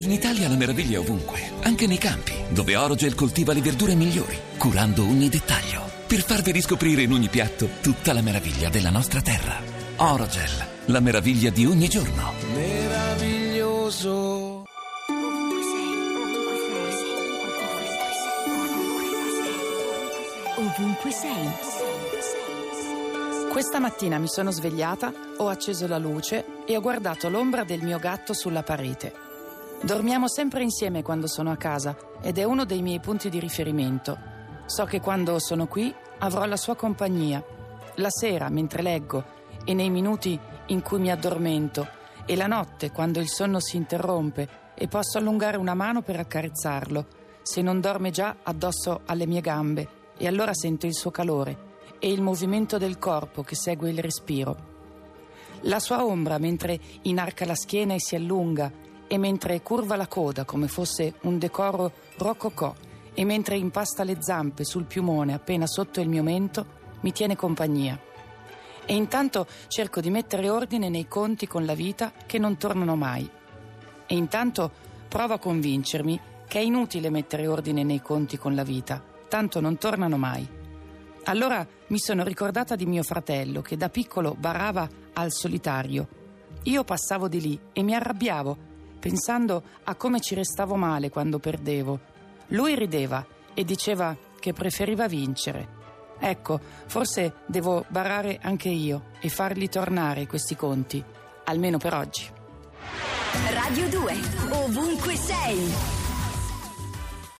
In Italia la meraviglia è ovunque, anche nei campi, dove Orogel coltiva le verdure migliori, curando ogni dettaglio, per farvi riscoprire in ogni piatto tutta la meraviglia della nostra terra. Orogel, la meraviglia di ogni giorno. Meraviglioso. Ovunque sei. Questa mattina mi sono svegliata, ho acceso la luce e ho guardato l'ombra del mio gatto sulla parete. Dormiamo sempre insieme quando sono a casa ed è uno dei miei punti di riferimento. So che quando sono qui avrò la sua compagnia. La sera, mentre leggo, e nei minuti in cui mi addormento, e la notte, quando il sonno si interrompe e posso allungare una mano per accarezzarlo, se non dorme già addosso alle mie gambe, e allora sento il suo calore e il movimento del corpo che segue il respiro. La sua ombra mentre inarca la schiena e si allunga, e mentre curva la coda come fosse un decoro rococò, e mentre impasta le zampe sul piumone appena sotto il mio mento, mi tiene compagnia. E intanto cerco di mettere ordine nei conti con la vita che non tornano mai. E intanto provo a convincermi che è inutile mettere ordine nei conti con la vita, tanto non tornano mai. Allora mi sono ricordata di mio fratello che da piccolo barava al solitario. Io passavo di lì e mi arrabbiavo, pensando a come ci restavo male quando perdevo. Lui rideva e diceva che preferiva vincere. Ecco, forse devo barare anche io e farli tornare questi conti, almeno per oggi. Radio 2, ovunque sei.